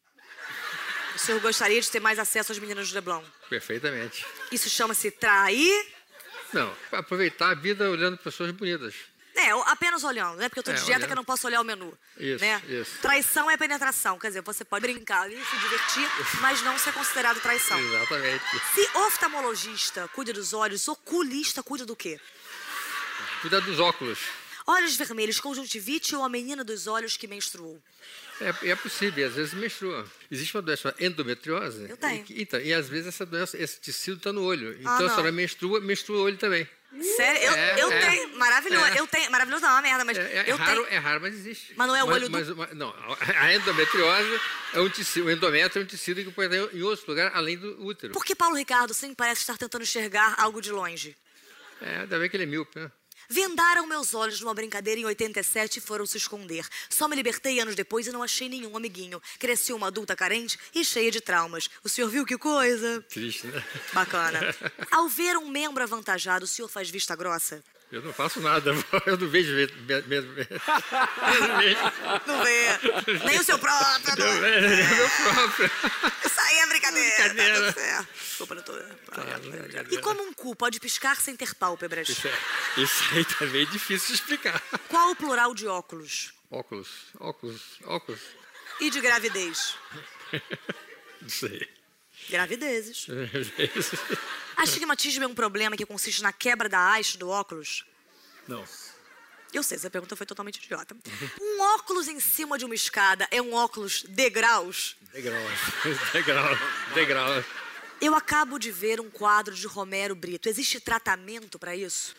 [SPEAKER 1] O senhor gostaria de ter mais acesso às meninas do Leblon?
[SPEAKER 3] Perfeitamente.
[SPEAKER 1] Isso chama-se trair?
[SPEAKER 3] Não, aproveitar a vida olhando pessoas bonitas.
[SPEAKER 1] É, apenas olhando, né? Porque eu tô de
[SPEAKER 3] É,
[SPEAKER 1] dieta
[SPEAKER 3] olhando.
[SPEAKER 1] que eu não posso olhar o menu.
[SPEAKER 3] Isso,
[SPEAKER 1] né?
[SPEAKER 3] isso.
[SPEAKER 1] Traição é penetração, quer dizer, você pode brincar e se divertir, mas não ser considerado traição.
[SPEAKER 3] Exatamente.
[SPEAKER 1] Se oftalmologista cuida dos olhos, oculista cuida do quê?
[SPEAKER 3] Cuidar dos óculos.
[SPEAKER 1] Olhos vermelhos, conjuntivite ou a menina dos olhos que menstruou?
[SPEAKER 3] É, é possível, às vezes menstrua. Existe uma doença chamada endometriose.
[SPEAKER 1] Eu tenho.
[SPEAKER 3] E, que- então, e às vezes essa doença, esse tecido está no olho. Então
[SPEAKER 1] Ah,
[SPEAKER 3] a
[SPEAKER 1] não.
[SPEAKER 3] senhora menstrua, menstrua o olho também.
[SPEAKER 1] Sério? Eu,
[SPEAKER 3] É,
[SPEAKER 1] eu
[SPEAKER 3] é.
[SPEAKER 1] tenho. Maravilhoso.
[SPEAKER 3] É.
[SPEAKER 1] Eu tenho. Maravilhoso não é uma merda, mas
[SPEAKER 3] É, é
[SPEAKER 1] eu
[SPEAKER 3] raro,
[SPEAKER 1] tenho.
[SPEAKER 3] é raro, mas existe.
[SPEAKER 1] Mas não é o
[SPEAKER 3] Mas-
[SPEAKER 1] olho do-
[SPEAKER 3] mas, mas- não, a endometriose é um tecido, o endométrio é um tecido que pode ter em outros lugares, além do útero.
[SPEAKER 1] Por que Paulo Ricardo sempre parece estar tentando enxergar algo de longe?
[SPEAKER 3] É, ainda bem que ele é míope, né?
[SPEAKER 1] Vendaram meus olhos numa brincadeira em oitenta e sete e foram se esconder. Só me libertei anos depois e não achei nenhum amiguinho. Cresci uma adulta carente e cheia de traumas. O senhor viu que coisa?
[SPEAKER 3] Triste, né?
[SPEAKER 1] Bacana. Ao ver um membro avantajado, o senhor faz vista grossa?
[SPEAKER 3] Eu não faço nada, eu não vejo mesmo. mesmo-
[SPEAKER 1] Não vê. Nem o seu próprio.
[SPEAKER 3] Eu
[SPEAKER 1] Não.
[SPEAKER 3] vejo meu próprio.
[SPEAKER 1] Isso aí é brincadeira.
[SPEAKER 3] Brincadeira.
[SPEAKER 1] Tá tudo certo. Desculpa, não tô... E como um cu pode piscar sem ter pálpebras?
[SPEAKER 3] Isso, é- isso aí também é difícil de explicar.
[SPEAKER 1] Qual o plural de óculos?
[SPEAKER 3] Óculos, óculos, óculos.
[SPEAKER 1] E de gravidez?
[SPEAKER 3] Não sei.
[SPEAKER 1] Gravidezes. Astigmatismo é um problema que consiste na quebra da haste do óculos?
[SPEAKER 3] Não.
[SPEAKER 1] Eu sei, essa pergunta foi totalmente idiota. Um óculos em cima de uma escada é um óculos de graus?
[SPEAKER 3] Degrau, degrau, degrau.
[SPEAKER 1] Eu acabo de ver um quadro de Romero Brito. Existe tratamento para isso?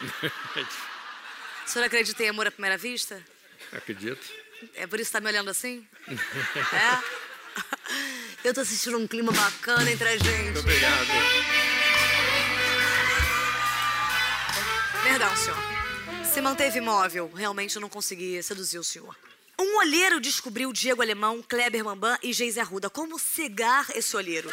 [SPEAKER 1] O senhor acredita em amor à primeira vista?
[SPEAKER 3] Acredito.
[SPEAKER 1] É por isso que tá me olhando assim? É? Eu tô sentindo um clima bacana entre a gente.
[SPEAKER 3] Muito obrigado.
[SPEAKER 1] Perdão, senhor. Se manteve imóvel. Realmente eu não consegui seduzir o senhor. Um olheiro descobriu Diego Alemão, Kleber Bambam e Geise Arruda. Como cegar esse olheiro?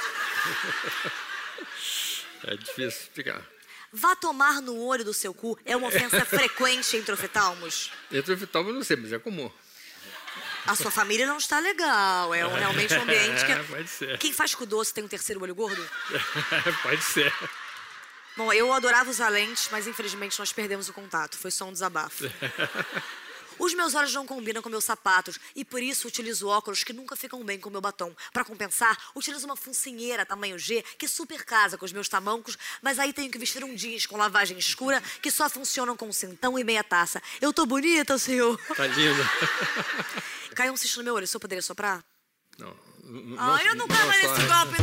[SPEAKER 3] É difícil explicar.
[SPEAKER 1] Vá tomar no olho do seu cu é uma ofensa frequente entre oftalmos?
[SPEAKER 3] Entre oftalmos não sei, mas é comum.
[SPEAKER 1] A sua família não está legal. É um, realmente um ambiente que...
[SPEAKER 3] Pode ser.
[SPEAKER 1] Quem faz cu doce tem um terceiro olho gordo?
[SPEAKER 3] Pode ser.
[SPEAKER 1] Bom, eu adorava usar lentes, mas infelizmente nós perdemos o contato. Foi só um desabafo. Os meus olhos não combinam com meus sapatos e por isso utilizo óculos que nunca ficam bem com meu batom. Para compensar, utilizo uma focinheira tamanho G que super casa com os meus tamancos, mas aí tenho que vestir um jeans com lavagem escura que só funcionam com cintão e meia taça. Eu tô bonita, senhor?
[SPEAKER 3] Tá lindo.
[SPEAKER 1] Caiu um cisto no meu olho, o senhor poderia soprar?
[SPEAKER 3] Não. não
[SPEAKER 1] Ah, eu não quero mais esse golpe,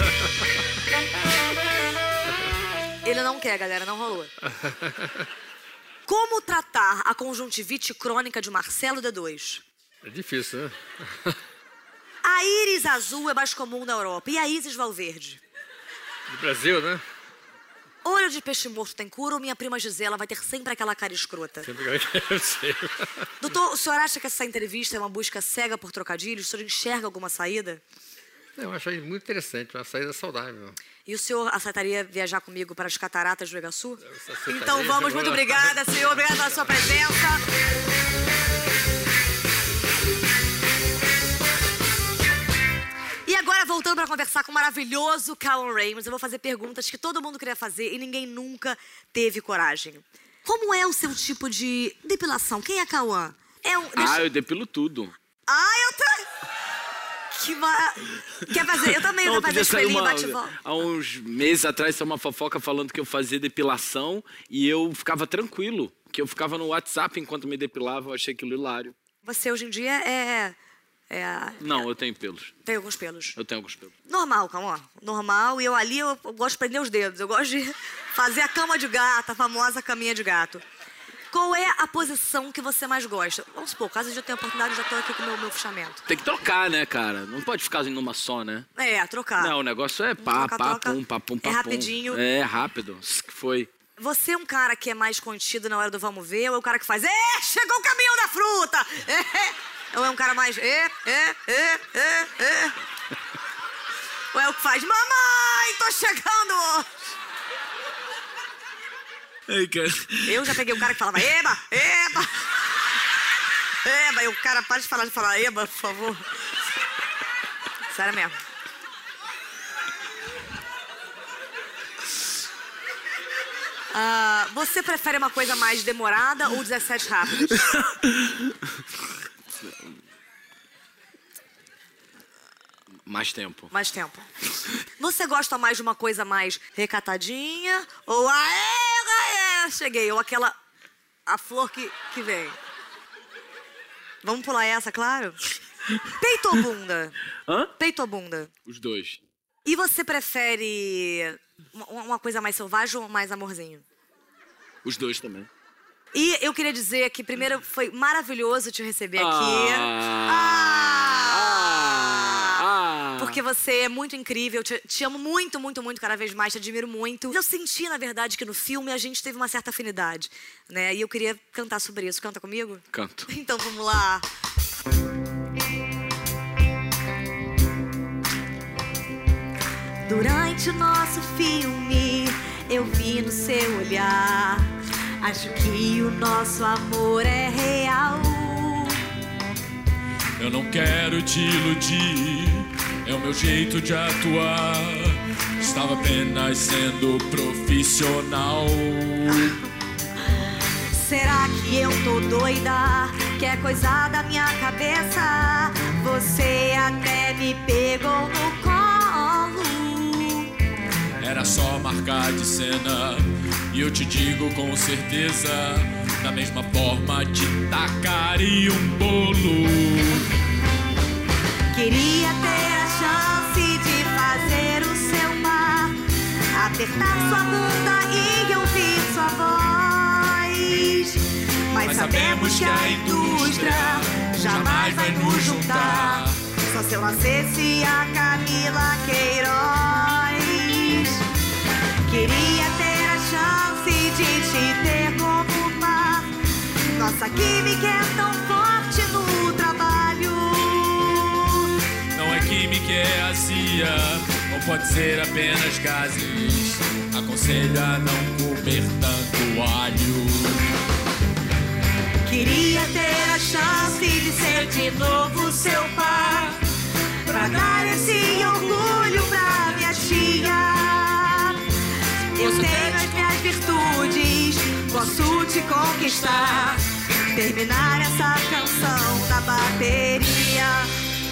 [SPEAKER 1] não! Ele não quer, galera, não rolou. Como tratar a conjuntivite crônica de Marcelo D dois?
[SPEAKER 3] É difícil, né?
[SPEAKER 1] A íris azul é mais comum na Europa. E a Isis Valverde?
[SPEAKER 3] No Brasil, né?
[SPEAKER 1] Olho de peixe morto tem cura ou minha prima Gisela vai ter sempre aquela cara escrota?
[SPEAKER 3] Sempre que eu sei.
[SPEAKER 1] Doutor, o senhor acha que essa entrevista é uma busca cega por trocadilhos? O senhor enxerga alguma saída?
[SPEAKER 3] Eu acho muito interessante, uma saída saudável.
[SPEAKER 1] E o senhor aceitaria viajar comigo para as cataratas do Iguaçu?
[SPEAKER 3] aceitaria,
[SPEAKER 1] Então vamos, muito obrigada, senhor. Obrigada pela sua presença. E agora, voltando para conversar com o maravilhoso Cauã Raymond, eu vou fazer perguntas que todo mundo queria fazer e ninguém nunca teve coragem. Como é o seu tipo de depilação? Quem é Cauã? É um... Deixa...
[SPEAKER 2] Ah, eu depilo tudo.
[SPEAKER 1] Ah, eu também... Que ma... Quer fazer? Eu também, eu vou fazer espelhinho, bate e volta.
[SPEAKER 2] Há uns meses atrás, saiu uma fofoca falando que eu fazia depilação e eu ficava tranquilo. Que eu ficava no WhatsApp enquanto me depilava, eu achei aquilo hilário.
[SPEAKER 1] Você hoje em dia é... é...
[SPEAKER 2] Não, eu tenho pelos.
[SPEAKER 1] Tem alguns pelos?
[SPEAKER 2] Eu tenho alguns pelos.
[SPEAKER 1] Normal, calma. Normal. E eu ali, eu, eu gosto de prender os dedos. Eu gosto de fazer a cama de gato, a famosa caminha de gato. Qual é a posição que você mais gosta? Vamos supor, caso eu tenha oportunidade, eu já tô aqui com o meu, meu fichamento.
[SPEAKER 2] Tem que trocar, né, cara? Não pode ficar em uma só, né?
[SPEAKER 1] É, trocar.
[SPEAKER 2] Não, o negócio é pá,
[SPEAKER 1] troca,
[SPEAKER 2] pá,
[SPEAKER 1] troca.
[SPEAKER 2] pum, pá, pum, pá,
[SPEAKER 1] É
[SPEAKER 2] pum.
[SPEAKER 1] rapidinho.
[SPEAKER 2] É, rápido. Foi.
[SPEAKER 1] Você é um cara que é mais contido na hora do vamos ver, ou é o cara que faz, é, chegou o caminhão da fruta! É. Ou é um cara mais, é, é, é, é, é. Ou é o que faz, mamãe, tô chegando hoje!
[SPEAKER 2] Ai, cara.
[SPEAKER 1] Eu já peguei o cara que falava, eba, eba! Eba, e o cara para de falar de falar eba, por favor. Sério mesmo. Ah, você prefere uma coisa mais demorada ou dezessete rápidos?
[SPEAKER 2] Mais tempo.
[SPEAKER 1] Mais tempo. Você gosta mais de uma coisa mais recatadinha ou aê, aê, cheguei, ou aquela a flor que, que vem? Vamos pular essa, claro? Peito ou bunda?
[SPEAKER 2] Hã?
[SPEAKER 1] Peito ou bunda?
[SPEAKER 2] Os dois.
[SPEAKER 1] E você prefere uma, uma coisa mais selvagem ou mais amorzinho?
[SPEAKER 2] Os dois também.
[SPEAKER 1] E eu queria dizer que primeiro foi maravilhoso te receber aqui.
[SPEAKER 2] Ah,
[SPEAKER 1] Ah!
[SPEAKER 2] ah,
[SPEAKER 1] Porque você é muito incrível, te, te amo muito, muito, muito, cada vez mais, te admiro muito. Eu senti, na verdade, que no filme a gente teve uma certa afinidade, né? E eu queria cantar sobre isso. Canta comigo?
[SPEAKER 2] Canto.
[SPEAKER 1] Então vamos lá. Durante o nosso filme, eu vi no seu olhar. Acho que o nosso amor é real.
[SPEAKER 4] Eu não quero te iludir, é o meu jeito de atuar. Estava apenas sendo profissional.
[SPEAKER 1] Será que eu tô doida? Que é coisa da minha cabeça? Você até me pegou no colo.
[SPEAKER 4] Era só marcar de cena, e eu te digo com certeza, da mesma forma te tacaria um bolo.
[SPEAKER 1] Queria ter a chance de fazer o seu mar, apertar sua bunda e ouvir sua voz. Mas, Mas sabemos que a indústria jamais vai nos juntar, só se eu nascesse a Camila Queiroz. Queria ter a chance de te ter como par. Nossa química é tão forte no trabalho.
[SPEAKER 4] dia, ou pode ser apenas gases. Aconselho a não comer tanto alho.
[SPEAKER 1] Queria ter a chance de ser de novo seu pai, pra dar esse orgulho pra minha tia. Eu tenho as minhas virtudes, posso te conquistar. Terminar essa canção na bateria.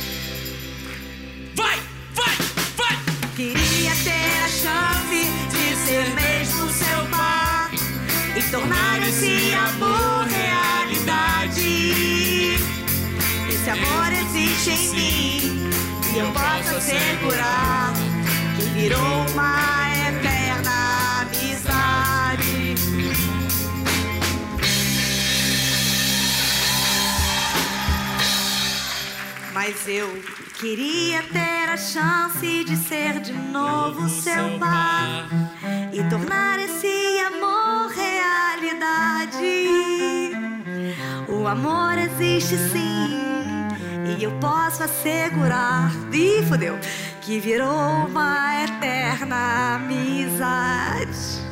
[SPEAKER 4] Vai, vai, vai!
[SPEAKER 1] Queria ter a chance de ser mesmo seu pai e tornar esse amor realidade. Esse amor existe em mim e eu posso assegurar que virou uma eterna amizade. Mas eu queria ter a chance de ser de novo seu pai e tornar esse amor realidade. O amor existe sim e eu posso assegurar, ih, fodeu, que virou uma eterna amizade.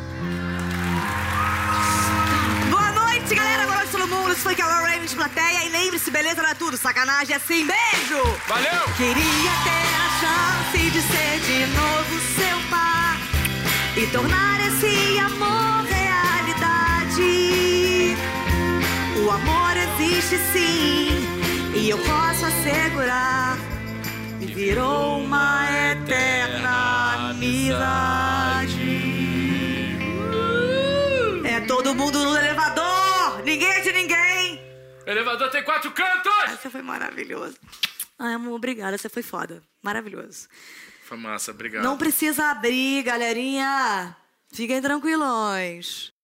[SPEAKER 1] Boa noite, galera. Boa noite, todo mundo. Isso foi Cauã Raymond de plateia. E lembre-se, beleza não é tudo. Sacanagem é assim. Beijo!
[SPEAKER 2] Valeu!
[SPEAKER 1] Queria ter a chance de ser de novo seu pai e tornar esse amor realidade. O amor existe sim e eu posso assegurar que virou uma eterna amizade. É todo mundo no elevador! Ninguém é de ninguém!
[SPEAKER 2] O elevador tem quatro cantos!
[SPEAKER 1] Você foi maravilhoso. Ai, amor, obrigada. Você foi foda. Maravilhoso.
[SPEAKER 2] Foi massa, obrigado.
[SPEAKER 1] Não precisa abrir, galerinha. Fiquem tranquilões.